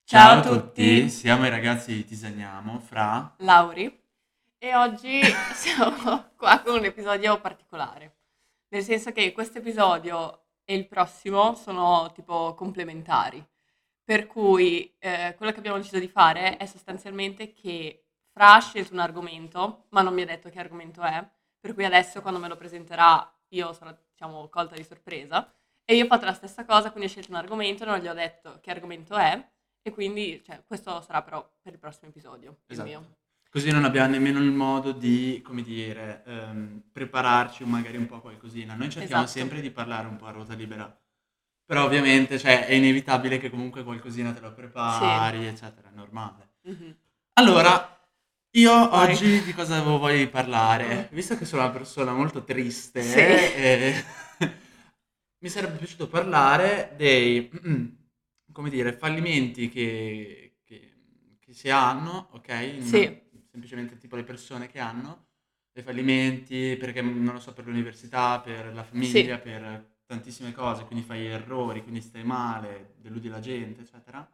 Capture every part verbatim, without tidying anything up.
Ciao Ciao a a tutti, tutti, siamo i ragazzi di Tisegniamo, Fra. Lauri, e oggi siamo qua con un episodio particolare, nel senso che questo episodio e il prossimo sono tipo complementari, per cui eh, quello che abbiamo deciso di fare è sostanzialmente che Fra ha scelto un argomento, ma non mi ha detto che argomento è, per cui adesso quando me lo presenterà io sarò, diciamo, colta di sorpresa, e io ho fatto la stessa cosa, quindi ho scelto un argomento, non gli ho detto che argomento è, e quindi, cioè, questo sarà però per il prossimo episodio, il mio. Esatto. Così non abbiamo nemmeno il modo di, come dire, ehm, prepararci magari un po' a qualcosina. Noi cerchiamo Esatto. sempre di parlare un po' a ruota libera, però ovviamente, cioè, è inevitabile che comunque qualcosina te lo Sì. prepari, eccetera, è normale. Mhm. Allora, io Vai. oggi di cosa avevo voglia di Mm. parlare? Visto che sono una persona molto Sì. triste, eh, mi sarebbe piaciuto parlare dei, come dire, fallimenti che, che- che si hanno, ok? Sì. In- semplicemente tipo le persone che hanno dei fallimenti, perché non lo so, per l'università, per la famiglia, Sì. per tantissime cose, quindi fai errori, quindi stai male, deludi la gente, eccetera.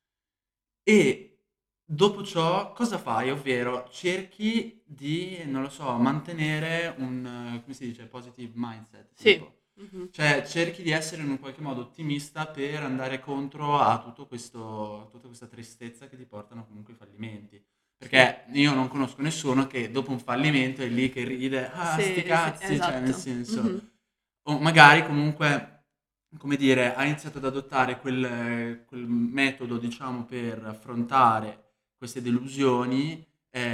E dopo ciò cosa fai? Ovvero cerchi di, non lo so, mantenere un, eh, come si dice, positive mindset, Sì. tipo. Mhm. Cioè cerchi di essere in un qualche modo ottimista per andare contro a tutto questo, tutta questa tristezza che ti portano comunque i fallimenti. Sì. Perché io non conosco nessuno che dopo un fallimento è lì che ride, ah, sti Sì, sì, cazzi, cioè nel esatto. senso, Mhm. o magari comunque, come dire, ha iniziato ad adottare quel, quel metodo, diciamo, per affrontare queste delusioni,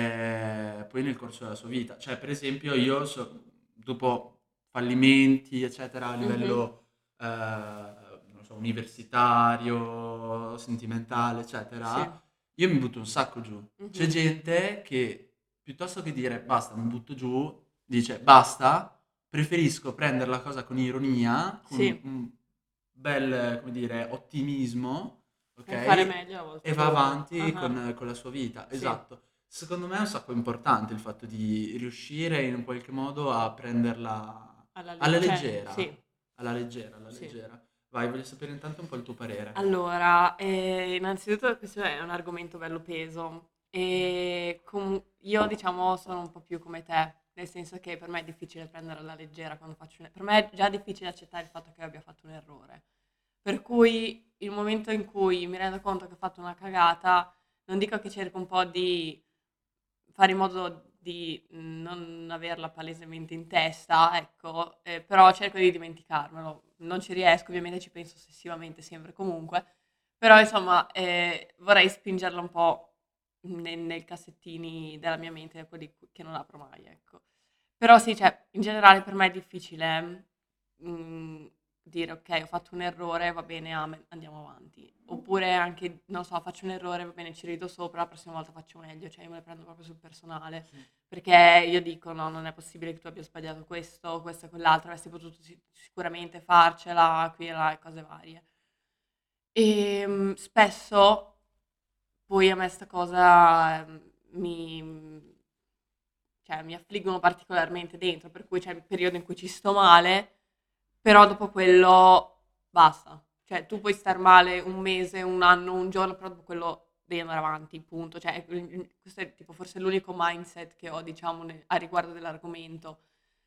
eh, poi nel corso della sua vita. Cioè, per esempio, io so- dopo fallimenti, eccetera, a Mhm. livello, eh, non so, universitario, sentimentale, Sì. eccetera, io mi butto un sacco giù. C'è Mhm. gente che, piuttosto che dire basta, mi butto giù, dice basta, preferisco prendere la cosa con ironia, con Sì. un bel, come dire, ottimismo, ok? E fare meglio la E volta va dopo. avanti Ah. con, con la sua vita. Sì. Esatto. Secondo me è un sacco importante il fatto di riuscire in un qualche modo a prenderla Alla alla legge. Cioè, sì. leggera. Alla leggera, alla Sì. leggera. Vai, voglio sapere intanto un po' il tuo parere. Allora, eh, innanzitutto questo è un argomento bello peso e com- io diciamo sono un po' più come te, nel senso che per me è difficile prendere alla leggera quando faccio un... Per me è già difficile accettare il fatto che io abbia fatto un errore. Per cui il momento in cui mi rendo conto che ho fatto una cagata, non dico che cerco un po' di fare in modo di non averla palesemente in testa, ecco, eh, però cerco di dimenticarmelo. Non ci riesco, ovviamente ci penso ossessivamente sempre e comunque, però insomma eh, vorrei spingerla un po' nei, nei cassettini della mia mente, quelli che non apro mai, ecco. Però sì, cioè, in generale per me è difficile mm, dire ok, ho fatto un errore, va bene, amen, andiamo avanti. Oppure anche, non so, faccio un errore, va bene, ci rido sopra, la prossima volta faccio meglio, cioè io me le prendo proprio sul personale. Sì. Perché io dico, no, non è possibile che tu abbia sbagliato questo, questo e quell'altro, avresti potuto si- sicuramente farcela, qui e là, e cose varie. E mm, spesso poi a me sta cosa ehm, mi, cioè, mi affliggono particolarmente dentro, per cui c'è il periodo in cui ci sto male, però dopo quello basta. Cioè, tu puoi star male un mese, un anno, un giorno, però dopo quello devi andare avanti, punto. Cioè, questo è tipo forse l'unico mindset che ho, diciamo, ne- a riguardo dell'argomento,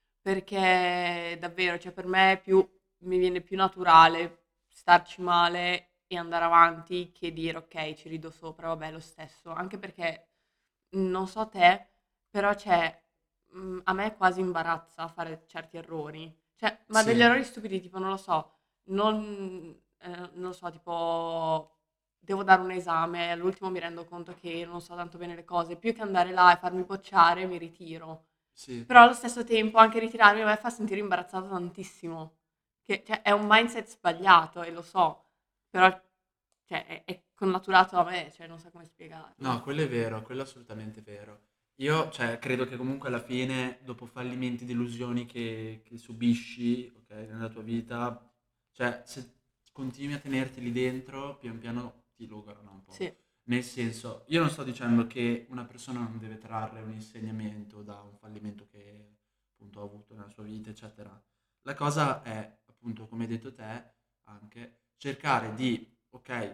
perché davvero, cioè, per me è più, mi viene più naturale starci male e andare avanti che dire ok, ci rido sopra, vabbè, lo stesso. Anche perché non so te, però c'è, mhmm, a me quasi imbarazza fare certi errori. Cioè, ma degli Sì. errori stupidi, tipo, non lo so, non ehm, non lo so, tipo devo dare un esame, all'ultimo mi rendo conto che non so tanto bene le cose, più che andare là e farmi bocciare, mi ritiro. Sì. Però allo stesso tempo anche ritirarmi a me fa sentire imbarazzata tantissimo. Che cioè, è un mindset sbagliato e lo so, però cioè, è è connaturato a me, cioè non so come No, spiegarlo. quello è vero, quello è assolutamente vero. Io, cioè, credo che comunque alla fine, dopo fallimenti, delusioni che, che subisci, ok, nella tua vita, cioè, se continui a tenerti lì dentro, pian piano ti logorano un po'. Sì. Nel senso, io non sto dicendo che una persona non deve trarre un insegnamento da un fallimento che appunto ha avuto nella sua vita, eccetera. La cosa è, appunto, come hai detto te, anche cercare di, ok,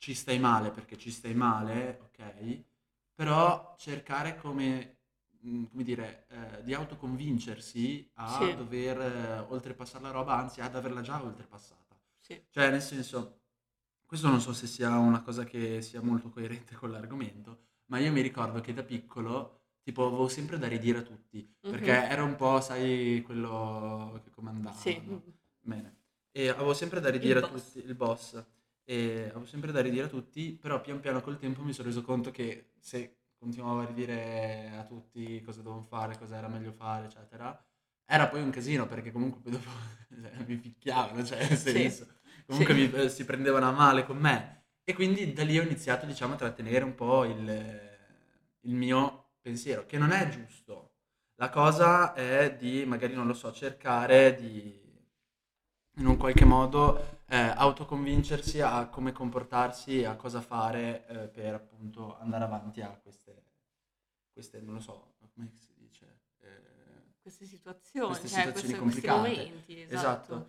ci stai male perché ci stai male, ok? Però cercare come, mh, come dire, eh, di autoconvincersi a Sì, dover eh, oltrepassare la roba, anzi ad averla già oltrepassata. sì. Cioè, nel senso, questo non so se sia una cosa che sia molto coerente con l'argomento, ma io mi ricordo che da piccolo, tipo, avevo sempre da ridire a tutti, perché Mhm. era un po', sai, quello che comandava, Sì, no? Bene. E avevo sempre da il ridire a tutti, boss. il boss, e avevo sempre da ridire a tutti, però pian piano col tempo mi sono reso conto che se continuavo a ridire a tutti cosa dovevano fare, cosa era meglio fare, eccetera, era poi un casino, perché comunque poi dopo cioè, mi picchiavano, cioè nel Sì, senso, sì, comunque mi- eh, si prendevano a male con me. E quindi da lì ho iniziato, diciamo, a trattenere un po' il, il mio pensiero, che non è giusto. La cosa è di, magari non lo so, cercare di, in un qualche modo, eh, autoconvincersi a come comportarsi, a cosa fare eh, per appunto andare avanti a queste, queste, non lo so, come si dice, eh, queste situazioni, queste cioè situazioni queste- questi complicate. momenti, esatto. Esatto.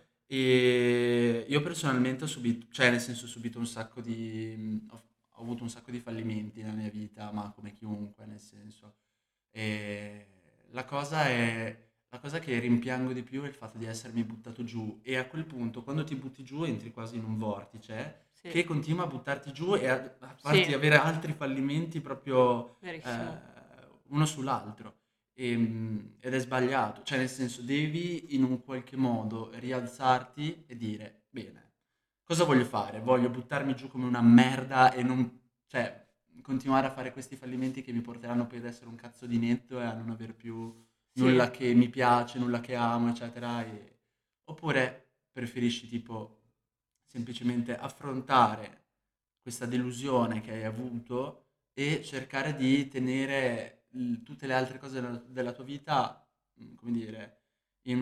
E io personalmente ho subito, cioè nel senso ho subito un sacco di, ho, ho avuto un sacco di fallimenti nella mia vita, ma come chiunque, nel senso. E la cosa è, la cosa che rimpiango di più è il fatto di essermi buttato giù e a quel punto quando ti butti giù entri quasi in un vortice Sì, che continua a buttarti giù e a, a farti sì, avere altri fallimenti proprio verissimo. eh, uno sull'altro. Ehm, ed è sbagliato, cioè nel senso devi in un qualche modo rialzarti e dire, bene, cosa voglio fare? Voglio buttarmi giù come una merda e non, cioè, continuare a fare questi fallimenti che mi porteranno poi ad essere un cazzo di netto e a non avere più Sì, nulla che mi piace, nulla che amo, eccetera. e- Oppure preferisci tipo semplicemente affrontare questa delusione che hai avuto e cercare di tenere l- tutte le altre cose della, della tua vita, mm, come dire, in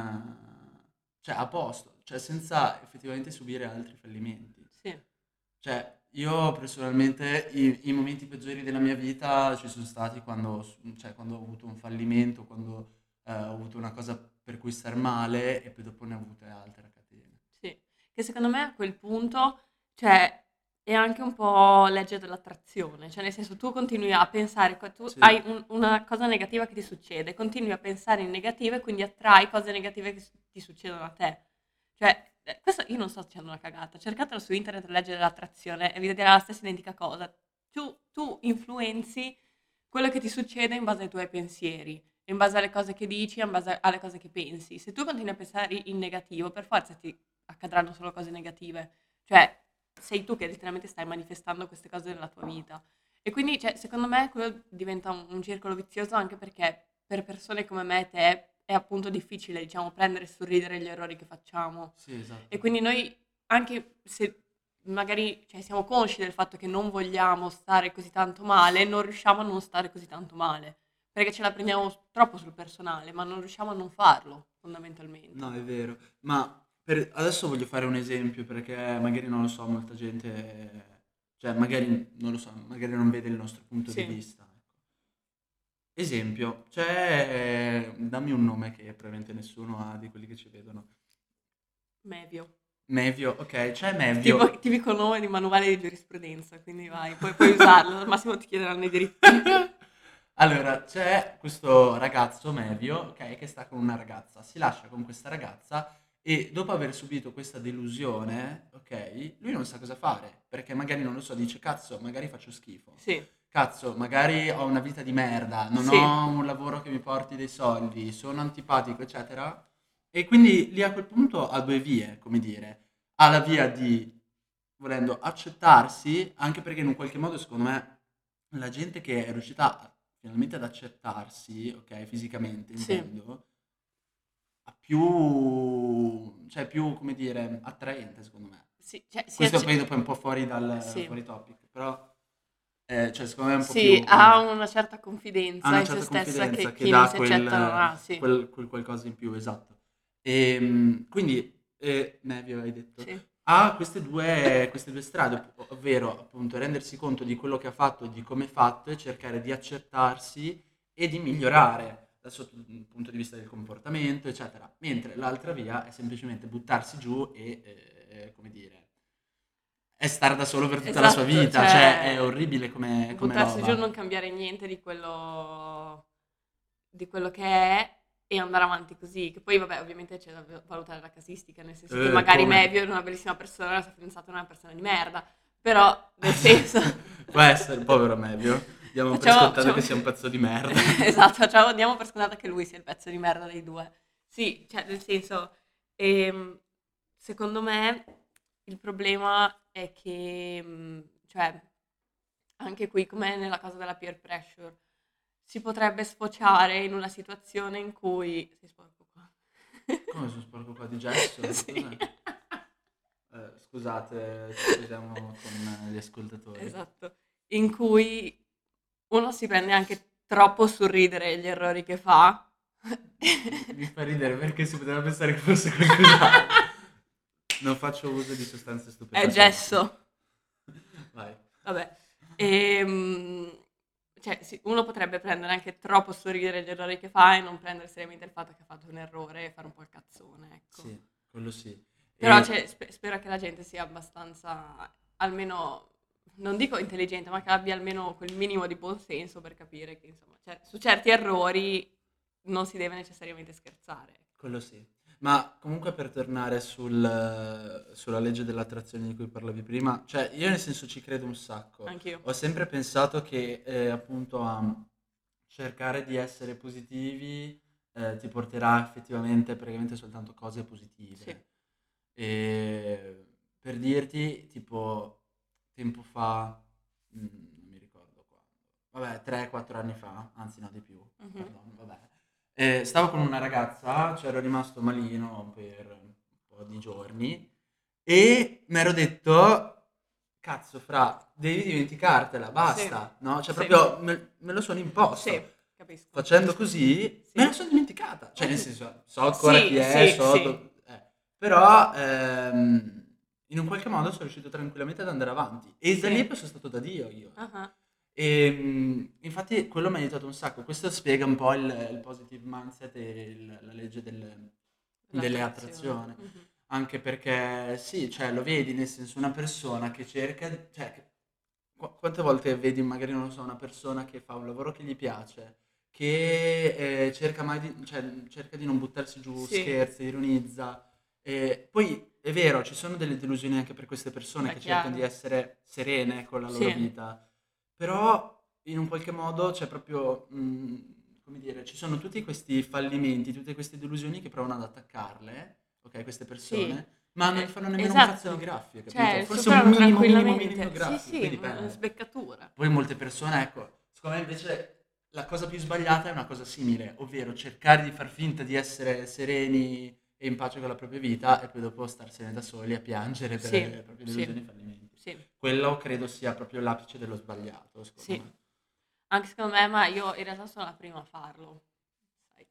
un, cioè a posto, cioè senza effettivamente subire altri fallimenti. sì. Cioè, io personalmente i, i momenti peggiori della mia vita ci sono stati quando, cioè, quando ho avuto un fallimento, quando eh, ho avuto una cosa per cui star male e poi dopo ne ho avute altre a catena. Sì, che secondo me a quel punto, cioè, è anche un po' legge dell'attrazione, cioè nel senso tu continui a pensare, co- tu Sì, hai un- una cosa negativa che ti succede, continui a pensare in negativo e quindi attrai cose negative che su- ti succedono a te. Cioè, eh, questo io non sto dicendo una cagata, cercatelo su internet, legge dell'attrazione e vi dirà la stessa identica cosa. Tu, tu influenzi quello che ti succede in base ai tuoi pensieri, in base alle cose che dici, in base alle cose che pensi. Se tu continui a pensare in negativo, per forza ti accadranno solo cose negative. Cioè, sei tu che letteralmente stai manifestando queste cose nella tua vita. E quindi, cioè, secondo me, quello diventa un, un circolo vizioso anche perché per persone come me e te è appunto difficile, diciamo, prendere e sorridere gli errori che facciamo. sì, E esatto. quindi noi, anche se magari cioè, siamo consci del fatto che non vogliamo stare così tanto male, non riusciamo a non stare così tanto male, perché ce la prendiamo troppo sul personale, ma non riusciamo a non farlo, No, fondamentalmente. è vero. Ma per- adesso voglio fare un esempio perché magari non lo so, molta gente, cioè magari non lo so, magari non vede il nostro punto di Sì, vista. Ecco. Esempio, c'è, dammi un nome che probabilmente nessuno ha di quelli che ci vedono. Mevio. Mevio, ok, c'è Tipo, Mevio. tipico nome di manuale di giurisprudenza, quindi vai, puoi, puoi usarlo, al massimo ti chiederanno i diritti. Allora, c'è questo ragazzo Mevio, ok, che sta con una ragazza, si lascia con questa ragazza e dopo aver subito questa delusione, ok, lui non sa cosa fare, perché magari non lo so, dice cazzo, magari faccio schifo. Sì, Cazzo, magari ho una vita di merda, non sì, ho un lavoro che mi porti dei soldi, sono antipatico, eccetera. E quindi lì a quel punto ha due vie, come dire. Ha la via di, volendo, accettarsi, anche perché in un qualche modo, secondo me, la gente che è riuscita a- finalmente ad accettarsi, ok, fisicamente sì, intendo, ha più, cioè più, come dire, attraente, secondo me. sì, cioè, si Questo acce- poi dopo è un po' fuori dal sì. fuori topic, però, eh, cioè, secondo me è un po' Sì, più, come ha dire, una certa ha confidenza una in se certa stessa confidenza che che chi non dà si accetta non quel, ha, sì, quel- quel qualcosa in più, esatto. E, quindi, eh, Nevio hai detto, sì, ha queste due, queste due strade, ov- ovvero appunto rendersi conto di quello che ha fatto, di come è fatto e cercare di accettarsi e di migliorare dal sotto il punto di vista del comportamento, eccetera. Mentre l'altra via è semplicemente buttarsi giù e, eh, come dire, è stare da solo per tutta la sua Esatto, vita, cioè è cioè orribile come, come buttarsi giù, non roba. cambiare niente di quello, di quello che è e andare avanti così. Che poi, vabbè, ovviamente c'è da valutare la casistica, nel senso che Eh, magari come? Mevio è una bellissima persona, la sua fidanzata è una persona di merda, però nel senso Può essere, povero Mevio. Diamo per facciamo, scontato facciamo... che sia un pezzo di merda. esatto, facciamo, diamo per scontato che lui sia il pezzo di merda dei due. Sì, cioè nel senso, ehm, secondo me il problema è che, mh, cioè, anche qui, come nella cosa della peer pressure, si potrebbe sfociare in una situazione in cui... Sei sporco qua. Come sono sporco qua di gesso? Sì. Cos'è? Eh, scusate, ci scusiamo con gli ascoltatori. Esatto. In cui uno si prende anche troppo sul ridere gli errori che fa. Mi, mi fa ridere perché si poteva pensare che fosse qualcos'altro. Non faccio uso di sostanze È stupefacenti. gesso. Vai. Vabbè. Ehm, cioè, sì, uno potrebbe prendere anche troppo sul ridere gli errori che fa e non prendere seriamente il fatto che ha fatto un errore e fare un po' il cazzone, ecco. Sì, quello sì. Però E cioè, spe- spero che la gente sia abbastanza, almeno, non dico intelligente, ma che abbia almeno quel minimo di buon senso per capire che, insomma, cioè, su certi errori non si deve necessariamente scherzare. quello sì. Ma comunque per tornare sul- sulla legge dell'attrazione di cui parlavi prima, cioè io nel senso ci credo un sacco. Anch'io. Ho sempre pensato che eh, appunto a cercare di essere positivi eh, ti porterà effettivamente praticamente soltanto cose Sì. positive. E per dirti, tipo, tempo fa, mm, non mi ricordo quando, vabbè, tre quattro anni fa, anzi no di più, Mhm. pardon, vabbè. Eh, stavo con una ragazza, c'ero rimasto malino per un po' di giorni e mi ero detto, cazzo, fra, devi dimenticartela, Sì, basta, no? Cioè sì, proprio me, me lo sono sì, imposto. capisco. Facendo così me Sì. la sono dimenticata, cioè nel Mhm. senso, so ancora chi Sì, è, sì, so sì, do- eh. Però ehm, in un qualche modo sono riuscito tranquillamente ad andare avanti e da lì sì. poi sono stato da Dio io, Ah ecco. ah. E mh, infatti quello mi ha aiutato un sacco, questo spiega un po' il, il positive mindset e il- la legge del- delle L'attrazione. attrazioni, Mhm. anche perché sì, cioè lo vedi, nel senso una persona che cerca, cioè che- qu- quante volte vedi magari, non lo so, una persona che fa un lavoro che gli piace, che eh, cerca mai di, cioè, cerca di non buttarsi giù, Sì, scherza, ironizza, e poi è vero, ci sono delle delusioni anche per queste persone beh, che cercano di chiaro. essere serene con la loro Sì, vita, però in un qualche modo c'è proprio, mh, come dire, ci sono tutti questi fallimenti, tutte queste delusioni che provano ad attaccarle, ok, queste sì, persone, ma non gli eh, fanno nemmeno un cazzo di esatto. graffio, capito? Cioè, Forse un superano minimo, minimo, minimo tranquillamente. Sì, graffio, sì, poi una dipende. sbeccatura. Poi molte persone, ecco, secondo me invece la cosa più sbagliata è una cosa simile, ovvero cercare di far finta di essere sereni e in pace con la propria vita e poi dopo starsene da soli a piangere per Sì, le proprie sì, delusioni e fallimenti. sì, Quello credo sia proprio l'apice dello sbagliato, secondo sì. me. Anche secondo me, ma io in realtà sono la prima a farlo. Sai.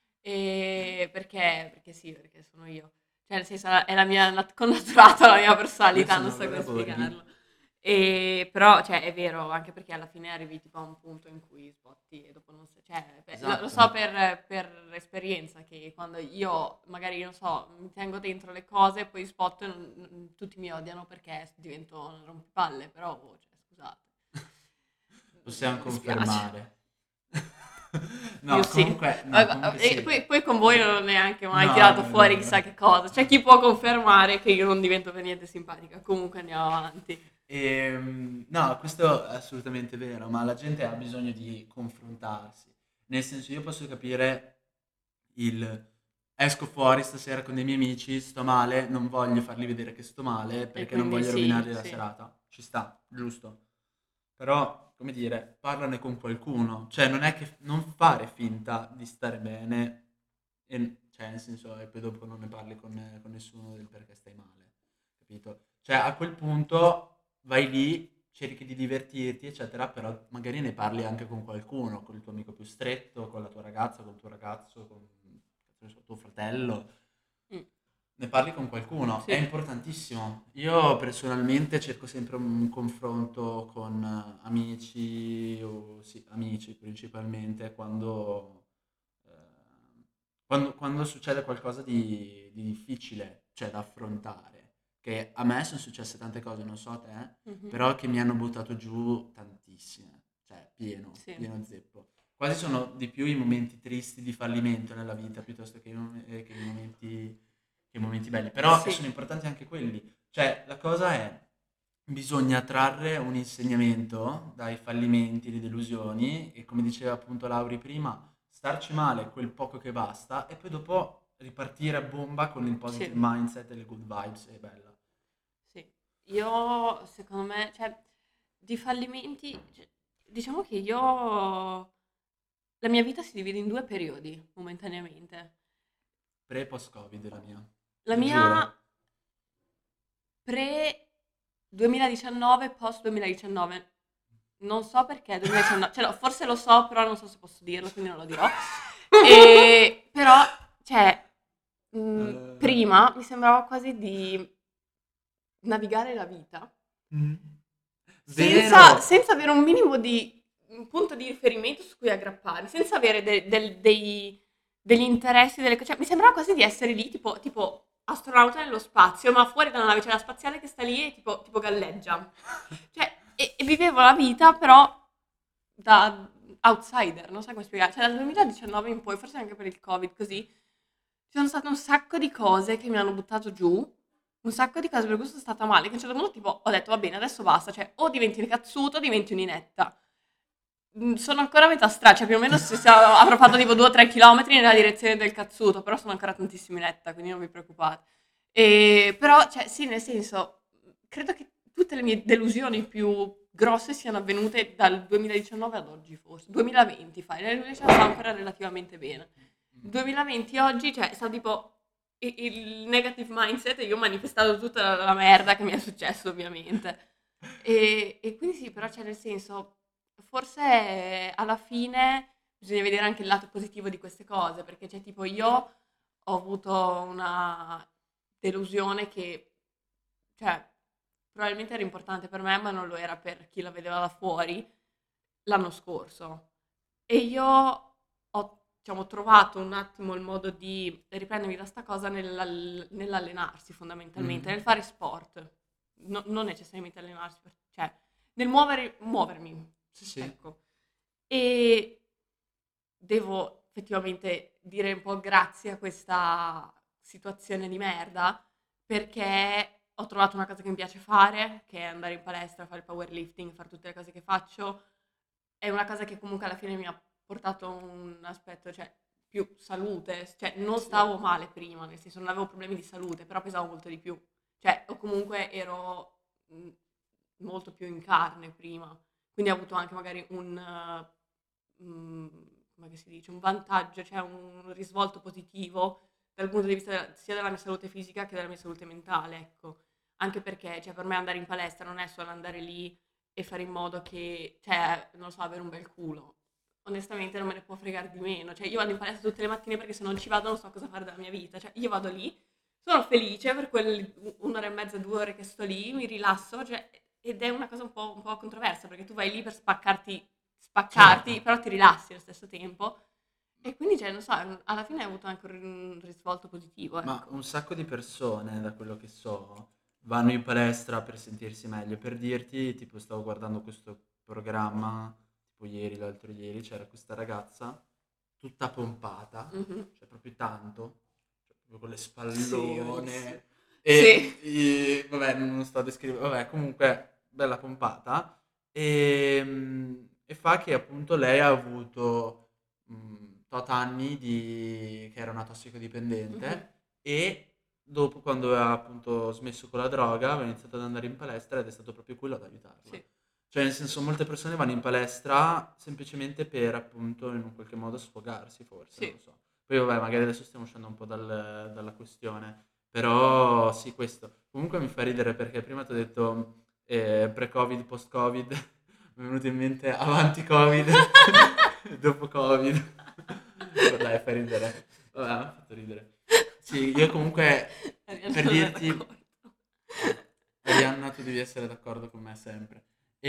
E perché? Perché sì, perché sono io. Cioè, nel senso, è la mia nat- connaturata, la mia Io personalità, non sono so come Laura Borghi. spiegarlo. E, però, cioè, è vero, anche perché alla fine arrivi tipo a un punto in cui sbotti e dopo non so, cioè, beh, lo, lo Esatto. so per, per esperienza che quando io magari, non so, mi tengo dentro le cose, poi spotto e non- non- tutti mi odiano perché divento un rompipalle, però, oh, cioè, scusate. Possiamo Mi dispiace. confermare. Io No, sì. comunque, no, Ma- comunque E sì. poi, poi con voi non ho neanche mai No, tirato no, è fuori vero. chissà che cosa. C'è chi può confermare che io non divento per niente simpatica. Comunque andiamo avanti. Ehm, no, questo è assolutamente vero, ma la gente ha bisogno di confrontarsi. Nel senso, io posso capire il esco fuori stasera con dei miei amici, sto male, non voglio fargli vedere che sto male E perché non quindi voglio sì, rovinargli la sì, serata. Ci sta, giusto. Però, come dire, parlane con qualcuno. Cioè, non è che non fare finta di stare bene, e, cioè, nel senso, e poi dopo non ne parli con, con nessuno del perché stai male, capito? Cioè, a quel punto vai lì, cerchi di divertirti, eccetera, però magari ne parli anche con qualcuno, con il tuo amico più stretto, con la tua ragazza, con il tuo ragazzo, con non so, tuo fratello. Mm, Ne parli con qualcuno, è sì, importantissimo. Io personalmente cerco sempre un confronto con eh, amici, o sì, amici principalmente, quando, eh, quando, quando succede qualcosa di, di difficile, cioè da affrontare. che a me sono successe tante cose, non so a te, Mhm. però che mi hanno buttato giù tantissime, cioè pieno, Sì, pieno zeppo. Quasi sono di più i momenti tristi di fallimento nella vita piuttosto che i, mom- eh, che i momenti, che i momenti belli. Però sì, sono importanti anche quelli. Cioè, la cosa è, bisogna trarre un insegnamento dai fallimenti, le delusioni e come diceva appunto Lauri prima, starci male quel poco che basta e poi dopo ripartire a bomba con il positive sì, mindset e le good vibes è bella. sì. Io, secondo me, cioè, di fallimenti, cioè, diciamo che io, la mia vita si divide in due periodi, momentaneamente. Pre e post Covid la mia. La Ti mia giuro. pre-duemiladiciannove, post-duemiladiciannove. Non so perché duemiladiciannove, cioè, no, forse lo so, però non so se posso dirlo, quindi non lo dirò. E, però, cioè, mh, Eh, prima mi sembrava quasi di navigare la vita mm. senza, Vero! senza avere un minimo di un punto di riferimento su cui aggrapparmi, senza avere de- del- dei- degli interessi, delle cose. Cioè, mi sembrava quasi di essere lì, tipo, tipo astronauta nello spazio, ma fuori dalla nave c'è la spaziale che sta lì e tipo, tipo galleggia. Cioè, e, e vivevo la vita, però da outsider, non so come spiegare. Cioè, dal duemiladiciannove in poi, forse anche per il Covid, così, ci sono state un sacco di cose che mi hanno buttato giù, un sacco di cose per cui sono stata male, che a un certo punto tipo ho detto va bene, adesso basta, cioè o diventi incazzuto o diventi un'inetta. Mm, Sono ancora a metà strada, cioè più o meno se sia- avrò fatto tipo due o tre chilometri nella direzione del cazzuto, però sono ancora tantissimo in netta, quindi non vi preoccupate. E, però, cioè, sì, nel senso, credo che tutte le mie delusioni più grosse siano avvenute dal duemiladiciannove ad oggi, forse. duemilaventi, fai, nel duemiladiciannove stavo ancora relativamente bene. duemilaventi oggi, cioè, è stato tipo i- il negative mindset e io ho manifestato tutta la, la merda che mi è successo, ovviamente. E, e quindi sì, però c'è nel senso, forse eh, alla fine bisogna vedere anche il lato positivo di queste cose, perché c'è tipo io ho avuto una delusione che, cioè, probabilmente era importante per me, ma non lo era per chi la vedeva da fuori l'anno scorso. E io ho, diciamo, trovato un attimo il modo di riprendermi da sta cosa nell'all- nell'allenarsi fondamentalmente, Mm. nel fare sport. No- non necessariamente allenarsi, per- cioè nel muovere- muovermi, Sì, sì. ecco. E devo effettivamente dire un po' grazie a questa situazione di merda, perché ho trovato una cosa che mi piace fare, che è andare in palestra, fare powerlifting, fare tutte le cose che faccio. È una cosa che comunque alla fine mi ha portato un aspetto, cioè più salute, cioè non Sì. stavo male prima, nel senso non avevo problemi di salute, però pesavo molto di più. Cioè, o comunque ero mh, molto più in carne prima, quindi ho avuto anche magari un, eh, mh, come che si dice, un vantaggio, cioè un risvolto positivo dal punto di vista della- sia della mia salute fisica che della mia salute mentale, ecco. Anche perché, cioè, per me andare in palestra non è solo andare lì e fare in modo che, cioè, non so, avere un bel culo. Onestamente non me ne può fregare di meno. Cioè, io vado in palestra tutte le mattine perché se non ci vado non so cosa fare della mia vita. Cioè, io vado lì, sono felice per quelle un'ora e mezza, due ore che sto lì, mi rilasso, cioè, ed è una cosa un po', un po' controversa perché tu vai lì per spaccarti, Certo. spaccarti, però ti rilassi allo stesso tempo. E quindi, cioè, non so, alla fine hai avuto anche un risvolto positivo, Ma ecco. un sacco di persone, da quello che so, vanno in palestra per sentirsi meglio. Per dirti, tipo, stavo guardando questo programma, tipo ieri, l'altro ieri, c'era questa ragazza tutta pompata, Mhm. cioè proprio tanto, cioè proprio con le Sì, ho visto. spallone. Sì. E, e- vabbè, non sto a descrivere, vabbè, comunque, bella pompata. E, mm, e fa che appunto lei ha avuto mh, tot anni di... che era una Mhm. tossicodipendente e dopo quando aveva appunto smesso con la droga aveva iniziato ad andare in palestra ed è stato proprio quello ad aiutarla. Sì, Cioè nel senso molte persone vanno in palestra semplicemente per appunto in un qualche modo sfogarsi forse, non sì. lo so. Poi vabbè magari adesso stiamo uscendo un po' dal- dalla questione, però sì questo. Comunque mi fa ridere perché prima ti ho detto eh, pre-covid, post-covid, mi è venuto in mente avanti covid, dopo covid. Dai, fa ridere. Vabbè, mi ha fatto ridere. Sì, io comunque, Arianna per non è dirti, d'accordo. Arianna, tu devi essere d'accordo con me sempre.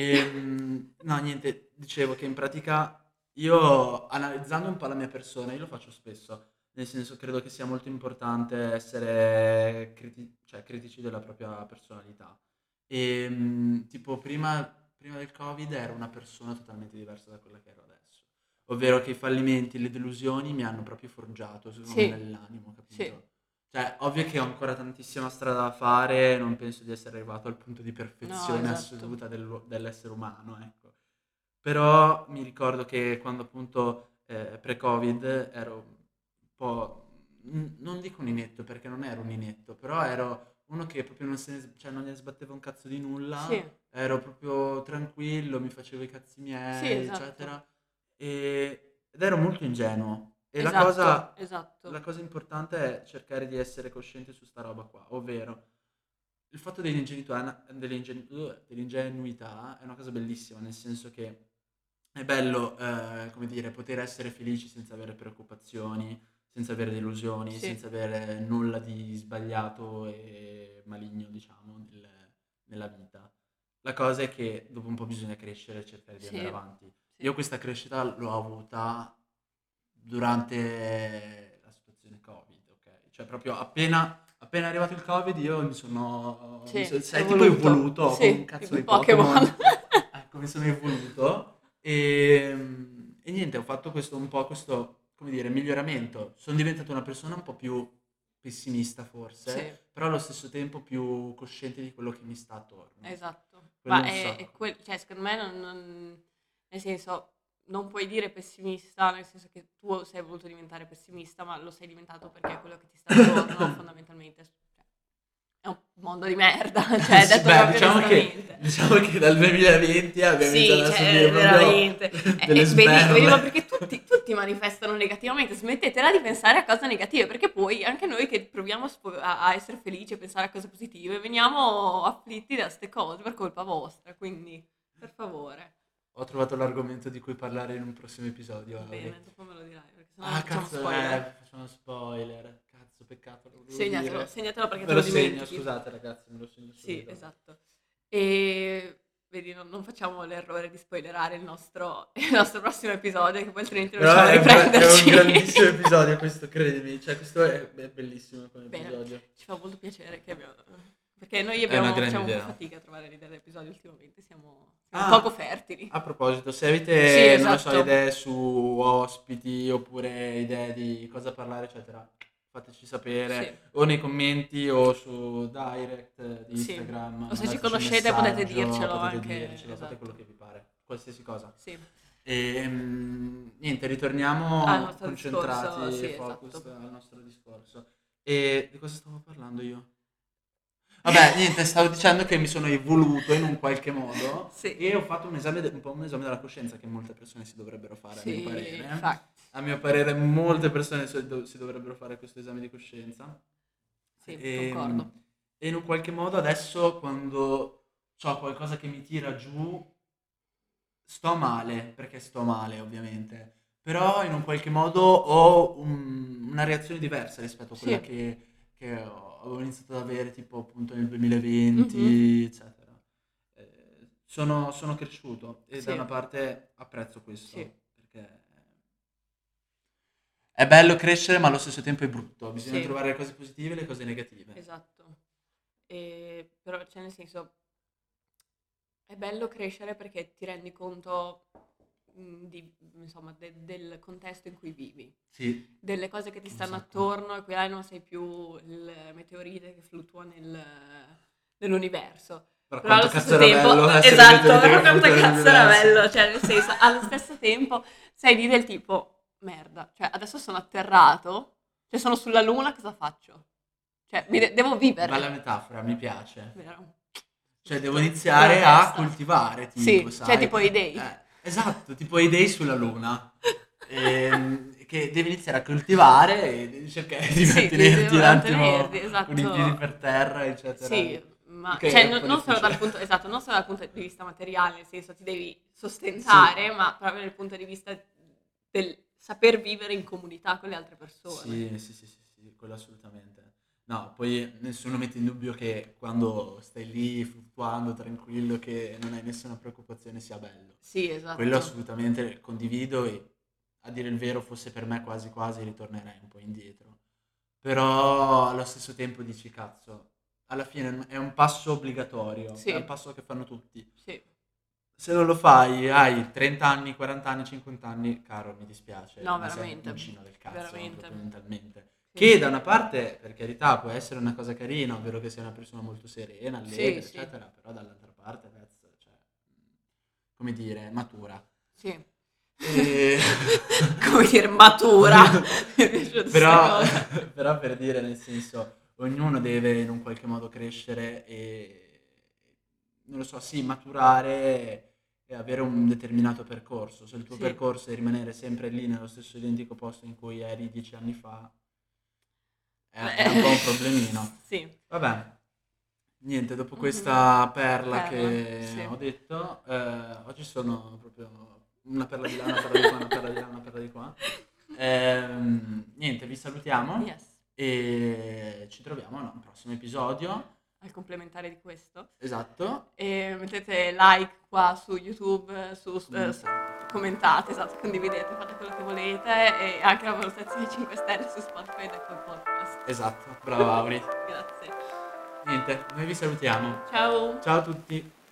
Ehm, no, niente, dicevo che in pratica io, analizzando un po' la mia persona, io lo faccio spesso, nel senso credo che sia molto importante essere criti- cioè, critici della propria personalità. E mh, tipo prima, prima del Covid ero una persona totalmente diversa da quella che ero adesso. Ovvero che i fallimenti, le delusioni mi hanno proprio forgiato, secondo me, Sì, nell'animo, sì, capito? Cioè, ovvio che ho ancora tantissima strada da fare, non penso di essere arrivato al punto di no, perfezione esatto. assoluta del- dell'essere umano, ecco. Però mi ricordo che quando appunto eh, pre-Covid ero un po', n- non dico un inetto perché non ero un inetto, però ero uno che proprio non, se ne, cioè, non ne sbatteva un cazzo di Sì, nulla, ero proprio tranquillo, mi facevo i cazzi sì, miei, esatto. eccetera, e- ed ero molto ingenuo. E la Esatto, cosa, la esatto. cosa importante è cercare di essere cosciente su sta roba qua, ovvero il fatto dell'ingenuità, dell'ingen- uh, dell'ingenuità è una cosa bellissima, nel senso che è bello, eh, come dire, poter essere felici senza avere preoccupazioni, senza avere delusioni, Sì, senza avere nulla di sbagliato e maligno, diciamo, nel- nella vita. La cosa è che dopo un po' bisogna crescere e cercare di andare sì, avanti. sì. Io questa crescita l'ho avuta durante la situazione Covid, ok? Cioè proprio appena, appena è arrivato il Covid io mi sono, mi Sì, so- sei sai, tipo voluto. evoluto come un Sì, cazzo tipo i di Pokémon. Pokémon. Ecco, mi sono evoluto e, e niente, ho fatto questo un po' questo, come dire, miglioramento. Sono diventato una persona un po' più pessimista Sì, forse, però allo stesso tempo più cosciente di quello che mi sta attorno. esatto. Quello Ma un è, è sacco. quel, cioè, secondo me non, non- nel senso, non puoi dire pessimista, nel senso che tu sei voluto diventare pessimista, ma lo sei diventato perché è quello che ti sta attorno, fondamentalmente. Cioè, è un mondo di merda, cioè, Sì, detto beh, proprio diciamo che, onestamente. diciamo che dal duemilaventi abbiamo iniziato Sì, a subire cioè proprio veramente. Eh, delle eh, vedi, vedi, ma sberle. perché tutti, tutti manifestano negativamente, smettetela di pensare a cose negative, perché poi anche noi che proviamo a, spo- a- a essere felici e pensare a cose positive, veniamo afflitti da ste cose per colpa vostra, quindi per favore. Ho trovato l'argomento di cui parlare in un prossimo episodio, Auri. Bene, dopo me lo dirai, perché sennò non Ah, facciamo cazzo, eh, spoiler. facciamo spoiler. Cazzo, peccato, lo volevo Segnatelo, dire. segnatelo perché te Me lo lo segno, dimentichi. scusate ragazzi, me lo segno Sì, subito. esatto. E vedi, non, non facciamo l'errore di spoilerare il nostro, il nostro prossimo episodio, che poi altrimenti non Però riusciamo a è un, be- è un grandissimo riprenderci. episodio questo, credimi. Cioè, questo è, è bellissimo come Bene, episodio. ci fa molto piacere che abbiamo... Perché noi È una abbiamo, grande facciamo un po' idea. fatica a trovare l'idea dell'episodio ultimamente, siamo, siamo poco Ah, fertili. a proposito, se Sì, avete, non lo so, esatto. idee su ospiti oppure idee di cosa parlare, eccetera, fateci Sì, sapere o nei commenti o su direct di sì. Instagram, O se ci mandateci un conoscete potete messaggio, dircelo potete anche, dircelo, fate quello esatto. che vi pare, qualsiasi cosa. Sì. E mm, niente, Ah, il ritorniamo nostro discorso, concentrati sì, e focused esatto. al nostro discorso. E di cosa stavo parlando io? Vabbè, niente, stavo dicendo che mi sono evoluto in un qualche modo Sì, e ho fatto un esame, de- un po' un esame della coscienza che molte persone si dovrebbero fare, a mio sì, parere. infatti. A mio parere, molte persone si, do- si dovrebbero fare questo esame di coscienza. Sì, E, concordo. e in un qualche modo adesso, quando ho qualcosa che mi tira giù, sto male, perché sto male, ovviamente. Però in un qualche modo ho un- una reazione diversa rispetto a quella Sì. che che ho avevo iniziato ad avere tipo appunto nel Mhm. duemilaventi, eccetera. Eh, sono, sono cresciuto e da Sì, una parte apprezzo sì, questo, perché è bello crescere, ma allo stesso tempo è brutto. Bisogna sì, trovare le cose positive e le cose negative. esatto. E, però, cioè, nel senso, è bello crescere perché ti rendi conto, mh, di, insomma, de- del contesto in cui vivi, Sì, delle cose che ti un stanno sacco. attorno e qui là non sei più il meteorite che fluttua nel- nell'universo. Però Però allo quanto stesso cazzo era tempo, bello essere il esatto, meteorite però che quanto fluttua cazzo era nell'universo. bello, cioè nel senso, allo stesso tempo sei lì del tipo, merda, cioè adesso sono atterrato, cioè sono sulla luna, cosa faccio? Cioè, mi de- devo Bella vivere, metafora, mi piace. vero? Cioè, devo Giusto? Buona iniziare a testa. coltivare, tipo, Sì, cioè sai? tipo i dei. Eh, esatto, tipo i dei sulla Luna. Ehm, che devi iniziare a coltivare e devi cercare di Sì, di, di mantenerti un attimo mantenerli, con i piedi esatto. per terra, eccetera. Sì, ma Che cioè è un no- po' non solo difficile. dal punto, esatto, non solo dal punto di vista materiale, nel senso ti devi Sì, sostentare, ma proprio dal punto di vista del saper vivere in comunità con le altre persone. sì, sì, sì, sì, sì, quello assolutamente. No, poi nessuno mette in dubbio che quando stai lì fluttuando tranquillo, che non hai nessuna preoccupazione, sia bello. Sì, Quello esatto. assolutamente condivido e a dire il vero, fosse per me quasi quasi ritornerei un po' indietro. Però allo stesso tempo dici, cazzo, alla fine è un passo obbligatorio, è un Sì, passo che fanno tutti. sì. Se non lo fai, hai trenta anni, quaranta anni, cinquanta anni, caro, mi dispiace, No, ma sei un veramente, uncino del cazzo, veramente. proprio mentalmente. Sì, Che da una parte, per carità, può essere una cosa carina, ovvero che sei una persona molto serena, sì, allegra, sì, eccetera, però dall'altra parte, cazzo, cioè, come dire, matura. sì. E... Come dire, matura. Mi è piaciuta sta però, cosa. però per dire, nel senso, ognuno deve in un qualche modo crescere e, non lo so, sì, maturare e avere un determinato percorso. Se il tuo Sì. percorso è rimanere sempre lì nello stesso identico posto in cui eri dieci anni fa, è, è un po' Eh, un problemino. sì. Vabbè, niente, dopo Mhm. questa perla Perla, che sì. ho detto, eh, oggi sono proprio una perla di là, una perla di qua, una perla di là, una perla di qua. Ehm, niente, vi salutiamo Yes. e ci troviamo a un prossimo episodio. Al complementare di questo. Esatto, E mettete like qua su YouTube, su, eh, su- commentate. commentate, esatto, condividete, fate quello che volete e anche la valutazione cinque stelle su Spotify ed Apple Podcast. Esatto, brava Auri. Grazie. Niente, noi vi salutiamo. Ciao! Ciao a tutti.